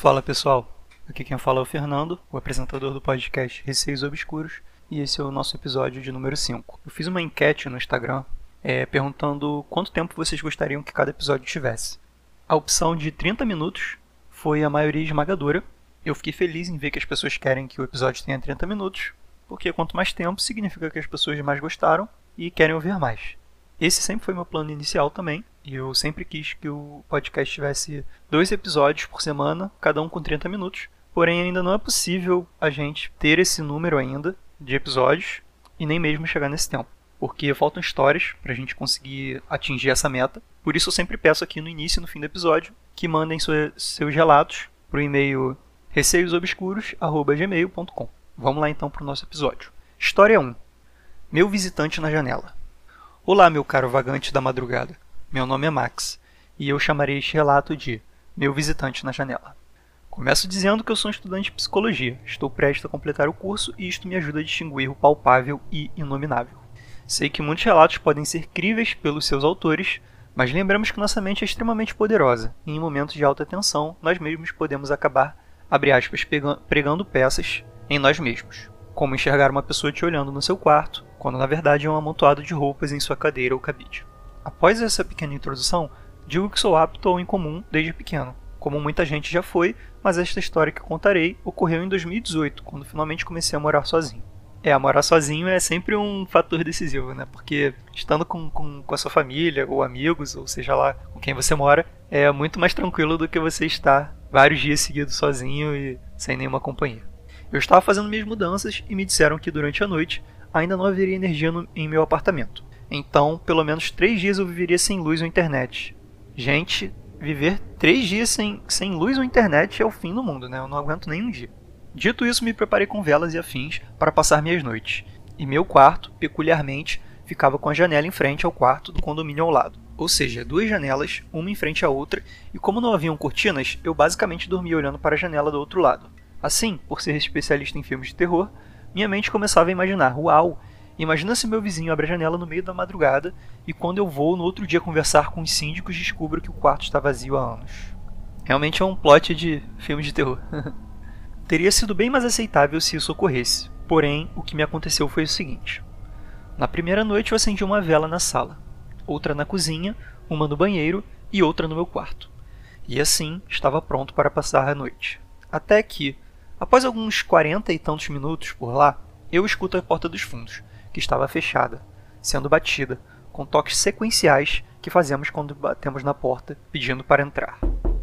Fala pessoal, aqui quem fala é o Fernando, o apresentador do podcast Receios Obscuros, e esse é o nosso episódio de número 5. Eu fiz uma enquete no Instagram perguntando quanto tempo vocês gostariam que cada episódio tivesse. A opção de 30 minutos foi a maioria esmagadora. Eu fiquei feliz em ver que as pessoas querem que o episódio tenha 30 minutos, porque quanto mais tempo significa que as pessoas mais gostaram e querem ouvir mais. Esse sempre foi meu plano inicial também, e eu sempre quis que o podcast tivesse 2 episódios por semana, cada um com 30 minutos. Porém, ainda não é possível a gente ter esse número ainda de episódios e nem mesmo chegar nesse tempo, porque faltam histórias para a gente conseguir atingir essa meta. Por isso eu sempre peço aqui no início e no fim do episódio que mandem seus relatos para o e-mail receiosobscuros@gmail.com. Vamos lá então para o nosso episódio. História 1. Meu visitante na janela. Olá, meu caro vagante da madrugada. Meu nome é Max, e eu chamarei este relato de Meu Visitante na Janela. Começo dizendo que eu sou um estudante de psicologia, estou prestes a completar o curso e isto me ajuda a distinguir o palpável e inominável. Sei que muitos relatos podem ser críveis pelos seus autores, mas lembramos que nossa mente é extremamente poderosa e em momentos de alta tensão nós mesmos podemos acabar, abre aspas, pregando peças em nós mesmos. Como enxergar uma pessoa te olhando no seu quarto, quando na verdade é um amontoado de roupas em sua cadeira ou cabide. Após essa pequena introdução, digo que sou apto ao incomum desde pequeno, como muita gente já foi, mas esta história que contarei ocorreu em 2018, quando finalmente comecei a morar sozinho. Morar sozinho é sempre um fator decisivo, né? Porque estando com a sua família, ou amigos, ou seja lá com quem você mora, é muito mais tranquilo do que você estar vários dias seguidos sozinho e sem nenhuma companhia. Eu estava fazendo minhas mudanças e me disseram que durante a noite ainda não haveria energia em meu apartamento. Então, pelo menos 3 dias eu viveria sem luz ou internet. Gente, viver 3 dias sem luz ou internet é o fim do mundo, né? Eu não aguento nem um dia. Dito isso, me preparei com velas e afins para passar minhas noites. E meu quarto, peculiarmente, ficava com a janela em frente ao quarto do condomínio ao lado. Ou seja, 2 janelas, uma em frente à outra, e como não haviam cortinas, eu basicamente dormia olhando para a janela do outro lado. Assim, por ser especialista em filmes de terror, minha mente começava a imaginar, uau, imagina se meu vizinho abre a janela no meio da madrugada e quando eu vou no outro dia conversar com os síndicos descubro que o quarto está vazio há anos. Realmente é um plot de filmes de terror. Teria sido bem mais aceitável se isso ocorresse, porém o que me aconteceu foi o seguinte. Na primeira noite eu acendi uma vela na sala, outra na cozinha, uma no banheiro e outra no meu quarto. E assim estava pronto para passar a noite. Até que, após alguns 40 e tantos minutos por lá, eu escuto a porta dos fundos, que estava fechada, sendo batida, com toques sequenciais que fazemos quando batemos na porta pedindo para entrar.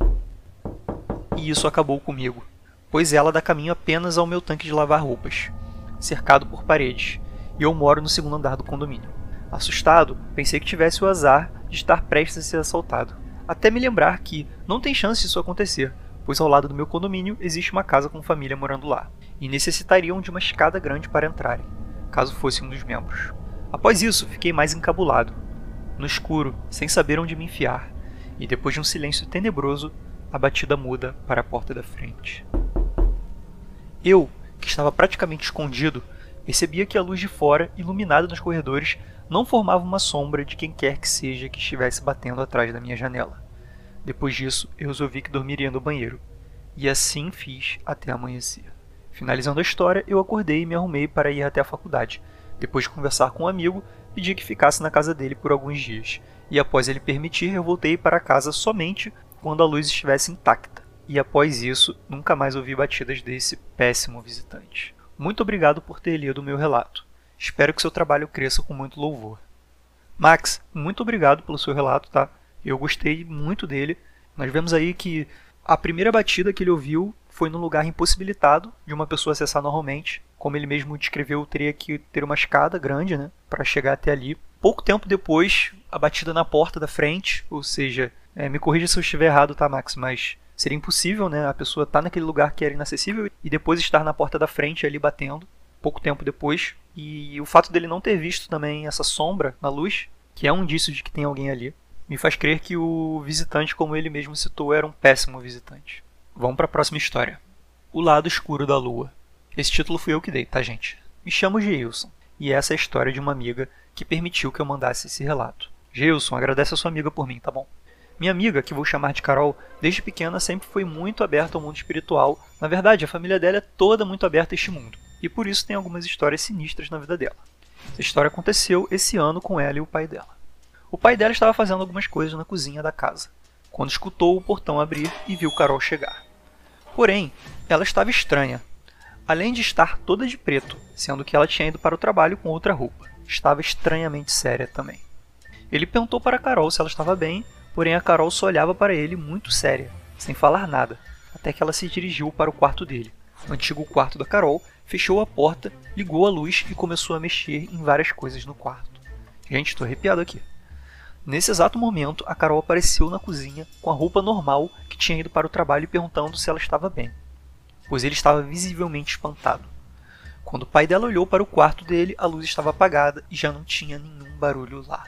E isso acabou comigo, pois ela dá caminho apenas ao meu tanque de lavar roupas, cercado por paredes, e eu moro no segundo andar do condomínio. Assustado, pensei que tivesse o azar de estar prestes a ser assaltado, até me lembrar que não tem chance disso acontecer, pois ao lado do meu condomínio existe uma casa com família morando lá, e necessitariam de uma escada grande para entrarem, caso fosse um dos membros. Após isso, fiquei mais encabulado, no escuro, sem saber onde me enfiar, e depois de um silêncio tenebroso, a batida muda para a porta da frente. Eu, que estava praticamente escondido, percebia que a luz de fora, iluminada nos corredores, não formava uma sombra de quem quer que seja que estivesse batendo atrás da minha janela. Depois disso, eu resolvi que dormiria no banheiro, e assim fiz até amanhecer. Finalizando a história, eu acordei e me arrumei para ir até a faculdade. Depois de conversar com um amigo, pedi que ficasse na casa dele por alguns dias, e após ele permitir, eu voltei para casa somente quando a luz estivesse intacta. E após isso, nunca mais ouvi batidas desse péssimo visitante. Muito obrigado por ter lido o meu relato. Espero que seu trabalho cresça com muito louvor. Max, muito obrigado pelo seu relato, tá? Eu gostei muito dele. Nós vemos aí que a primeira batida que ele ouviu foi num lugar impossibilitado de uma pessoa acessar normalmente. Como ele mesmo descreveu, teria que ter uma escada grande, né, para chegar até ali. Pouco tempo depois, a batida na porta da frente, ou seja, me corrija se eu estiver errado, tá, Max, mas seria impossível, né, a pessoa estar naquele lugar que era inacessível e depois estar na porta da frente ali batendo, pouco tempo depois. E o fato dele não ter visto também essa sombra na luz, que é um indício de que tem alguém ali, me faz crer que o visitante, como ele mesmo citou, era um péssimo visitante. Vamos para a próxima história. O Lado Escuro da Lua. Esse título fui eu que dei, tá, gente? Me chamo Geilson, e essa é a história de uma amiga que permitiu que eu mandasse esse relato. Geilson, agradece a sua amiga por mim, tá bom? Minha amiga, que vou chamar de Carol, desde pequena sempre foi muito aberta ao mundo espiritual. Na verdade, a família dela é toda muito aberta a este mundo, e por isso tem algumas histórias sinistras na vida dela. Essa história aconteceu esse ano com ela e o pai dela. O pai dela estava fazendo algumas coisas na cozinha da casa, quando escutou o portão abrir e viu Carol chegar. Porém, ela estava estranha. Além de estar toda de preto, sendo que ela tinha ido para o trabalho com outra roupa, estava estranhamente séria também. Ele perguntou para Carol se ela estava bem, porém a Carol só olhava para ele muito séria, sem falar nada, até que ela se dirigiu para o quarto dele. O antigo quarto da Carol, fechou a porta, ligou a luz e começou a mexer em várias coisas no quarto. Gente, estou arrepiado aqui. Nesse exato momento, a Carol apareceu na cozinha com a roupa normal que tinha ido para o trabalho e perguntando se ela estava bem, pois ele estava visivelmente espantado. Quando o pai dela olhou para o quarto dele, a luz estava apagada e já não tinha nenhum barulho lá.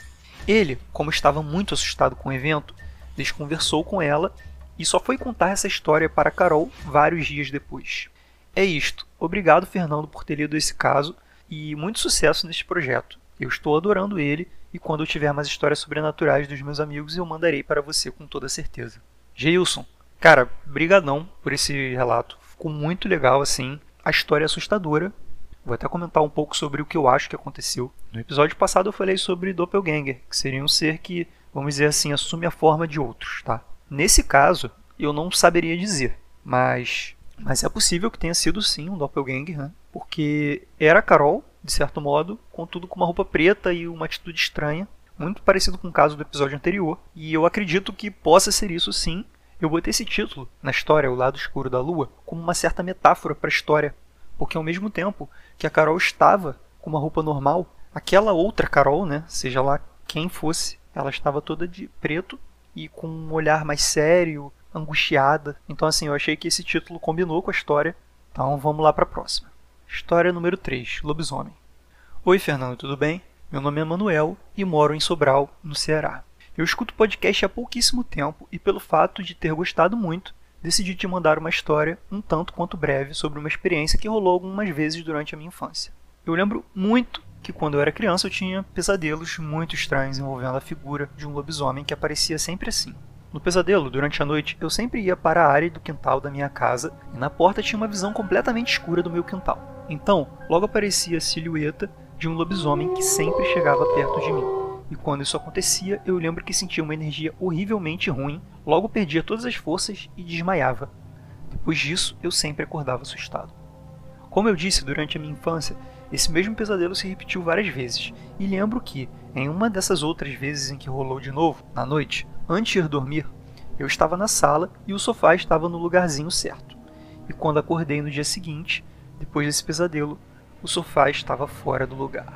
Ele, como estava muito assustado com o evento, desconversou com ela e só foi contar essa história para Carol vários dias depois. É isto. Obrigado, Fernando, por ter lido esse caso e muito sucesso nesse projeto. Eu estou adorando ele e quando eu tiver mais histórias sobrenaturais dos meus amigos eu mandarei para você com toda certeza. Geilson, cara, brigadão por esse relato. Ficou muito legal assim. A história é assustadora. Vou até comentar um pouco sobre o que eu acho que aconteceu. No episódio passado eu falei sobre Doppelganger, que seria um ser que, vamos dizer assim, assume a forma de outros, tá? Nesse caso, eu não saberia dizer, mas é possível que tenha sido sim um Doppelganger, né? Porque era a Carol, de certo modo, contudo com uma roupa preta e uma atitude estranha, muito parecido com o caso do episódio anterior, e eu acredito que possa ser isso sim. Eu botei esse título na história, O Lado Escuro da Lua, como uma certa metáfora para a história, porque ao mesmo tempo que a Carol estava com uma roupa normal, aquela outra Carol, né, seja lá quem fosse, ela estava toda de preto e com um olhar mais sério, angustiada. Então assim, eu achei que esse título combinou com a história, então vamos lá para a próxima. História número 3, Lobisomem. Oi Fernando, tudo bem? Meu nome é Manuel e moro em Sobral, no Ceará. Eu escuto podcast há pouquíssimo tempo e pelo fato de ter gostado muito, decidi te mandar uma história um tanto quanto breve sobre uma experiência que rolou algumas vezes durante a minha infância. Eu lembro muito que quando eu era criança eu tinha pesadelos muito estranhos envolvendo a figura de um lobisomem que aparecia sempre assim. No pesadelo, durante a noite, eu sempre ia para a área do quintal da minha casa e na porta tinha uma visão completamente escura do meu quintal. Então, logo aparecia a silhueta de um lobisomem que sempre chegava perto de mim. E quando isso acontecia, eu lembro que sentia uma energia horrivelmente ruim, logo perdia todas as forças e desmaiava. Depois disso, eu sempre acordava assustado. Como eu disse durante a minha infância, esse mesmo pesadelo se repetiu várias vezes, e lembro que, em uma dessas outras vezes em que rolou de novo, na noite, antes de ir dormir, eu estava na sala e o sofá estava no lugarzinho certo. E quando acordei no dia seguinte, depois desse pesadelo, o sofá estava fora do lugar.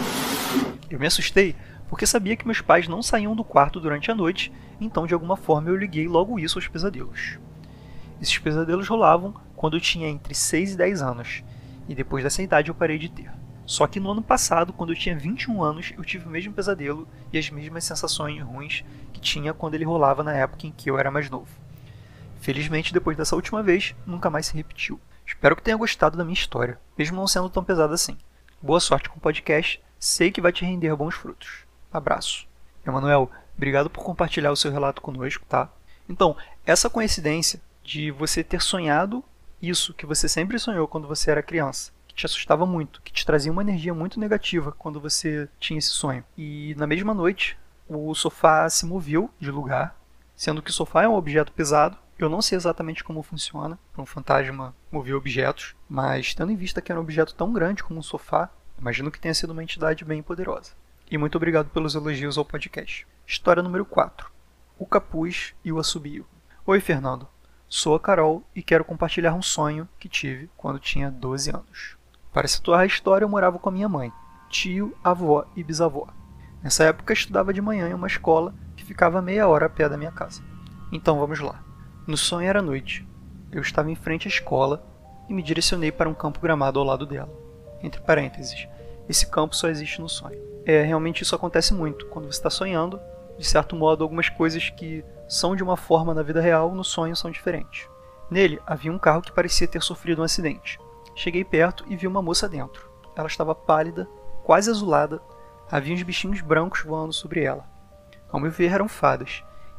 Eu me assustei porque sabia que meus pais não saíam do quarto durante a noite, então de alguma forma eu liguei logo isso aos pesadelos. Esses pesadelos rolavam quando eu tinha entre 6 e 10 anos, e depois dessa idade eu parei de ter. Só que no ano passado, quando eu tinha 21 anos, eu tive o mesmo pesadelo e as mesmas sensações ruins que tinha quando ele rolava na época em que eu era mais novo. Felizmente, depois dessa última vez, nunca mais se repetiu. Espero que tenha gostado da minha história, mesmo não sendo tão pesada assim. Boa sorte com o podcast, sei que vai te render bons frutos. Abraço. Emanuel, obrigado por compartilhar o seu relato conosco, tá? Então, essa coincidência de você ter sonhado isso que você sempre sonhou quando você era criança, que te assustava muito, que te trazia uma energia muito negativa quando você tinha esse sonho. E na mesma noite, o sofá se moveu de lugar, sendo que o sofá é um objeto pesado. Eu não sei exatamente como funciona para um fantasma mover objetos, mas tendo em vista que era um objeto tão grande como um sofá, imagino que tenha sido uma entidade bem poderosa. E muito obrigado pelos elogios ao podcast. História número 4. O capuz e o assobio. Oi, Fernando. Sou a Carol e quero compartilhar um sonho que tive quando tinha 12 anos. Para situar a história, eu morava com a minha mãe, tio, avó e bisavó. Nessa época, estudava de manhã em uma escola que ficava meia hora a pé da minha casa. Então, vamos lá. No sonho era noite. Eu estava em frente à escola e me direcionei para um campo gramado ao lado dela. Entre parênteses, esse campo só existe no sonho. Realmente isso acontece muito. Quando você está sonhando, de certo modo, algumas coisas que são de uma forma na vida real, no sonho são diferentes. Nele, havia um carro que parecia ter sofrido um acidente. Cheguei perto e vi uma moça dentro. Ela estava pálida, quase azulada, havia uns bichinhos brancos voando sobre ela. Ao meu ver, eram fadas,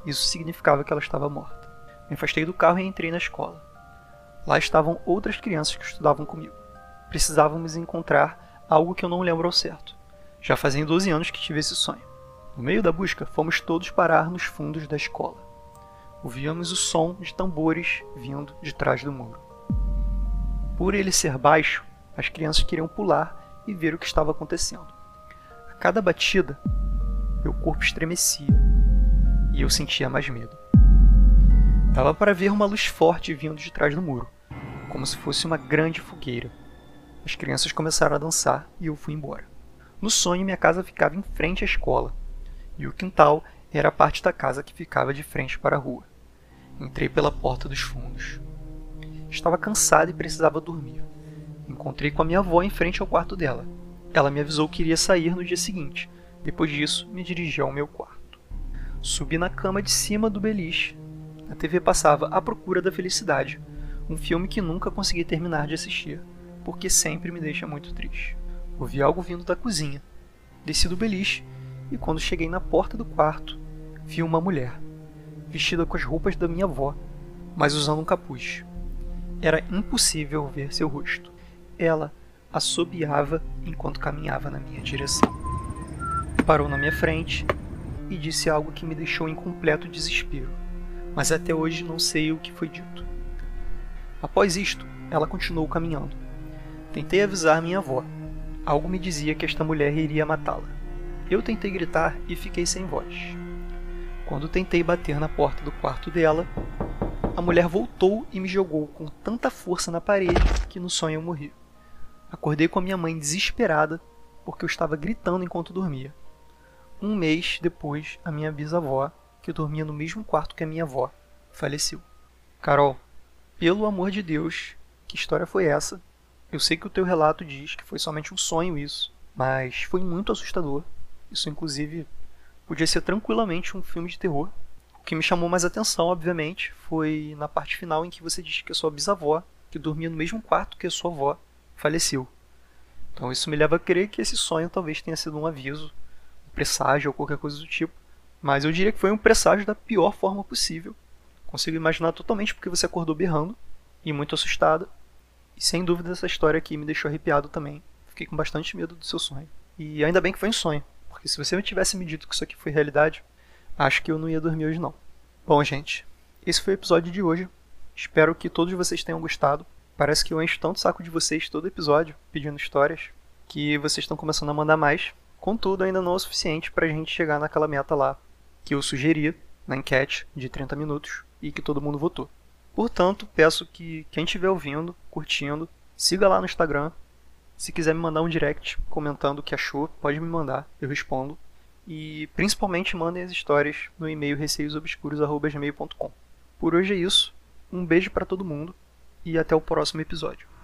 Isso significava que ela estava morta. Me afastei do carro e entrei na escola. Lá estavam outras crianças que estudavam comigo. Precisávamos encontrar algo que eu não lembro ao certo. Já fazem 12 anos que tive esse sonho. No meio da busca, fomos todos parar nos fundos da escola. Ouvíamos o som de tambores vindo de trás do muro. Por ele ser baixo, as crianças queriam pular e ver o que estava acontecendo. A cada batida, meu corpo estremecia e eu sentia mais medo. Dava para ver uma luz forte vindo de trás do muro, como se fosse uma grande fogueira. As crianças começaram a dançar e eu fui embora. No sonho, minha casa ficava em frente à escola, e o quintal era a parte da casa que ficava de frente para a rua. Entrei pela porta dos fundos. Estava cansado e precisava dormir. Encontrei com a minha avó em frente ao quarto dela. Ela me avisou que iria sair no dia seguinte. Depois disso, me dirigi ao meu quarto. Subi na cama de cima do beliche. A TV passava A Procura da Felicidade, um filme que nunca consegui terminar de assistir, porque sempre me deixa muito triste. Ouvi algo vindo da cozinha. Desci do beliche e quando cheguei na porta do quarto, vi uma mulher, vestida com as roupas da minha avó, mas usando um capuz. Era impossível ver seu rosto. Ela assobiava enquanto caminhava na minha direção. Parou na minha frente e disse algo que me deixou em completo desespero, mas até hoje não sei o que foi dito. Após isto, ela continuou caminhando. Tentei avisar minha avó. Algo me dizia que esta mulher iria matá-la. Eu tentei gritar e fiquei sem voz. Quando tentei bater na porta do quarto dela, a mulher voltou e me jogou com tanta força na parede que no sonho eu morri. Acordei com a minha mãe desesperada porque eu estava gritando enquanto dormia. Um mês depois, a minha bisavó, que dormia no mesmo quarto que a minha avó, faleceu. Carol, pelo amor de Deus, que história foi essa? Eu sei que o teu relato diz que foi somente um sonho isso, mas foi muito assustador. Isso, inclusive, podia ser tranquilamente um filme de terror. O que me chamou mais atenção, obviamente, foi na parte final em que você diz que a sua bisavó, que dormia no mesmo quarto que a sua avó, faleceu. Então isso me leva a crer que esse sonho talvez tenha sido um aviso, um presságio ou qualquer coisa do tipo. Mas eu diria que foi um presságio da pior forma possível. Consigo imaginar totalmente porque você acordou berrando e muito assustada. E sem dúvida essa história aqui me deixou arrepiado também. Fiquei com bastante medo do seu sonho. E ainda bem que foi um sonho, porque se você me tivesse me dito que isso aqui foi realidade, acho que eu não ia dormir hoje não. Bom, gente, esse foi o episódio de hoje. Espero que todos vocês tenham gostado. Parece que eu encho tanto o saco de vocês todo episódio, pedindo histórias, que vocês estão começando a mandar mais. Contudo, ainda não é o suficiente pra gente chegar naquela meta lá que eu sugeri na enquete de 30 minutos e que todo mundo votou. Portanto, peço que quem estiver ouvindo, curtindo, siga lá no Instagram. Se quiser me mandar um direct comentando o que achou, pode me mandar, eu respondo. E principalmente mandem as histórias no e-mail receiosobscuros@gmail.com. Por hoje é isso, um beijo para todo mundo e até o próximo episódio.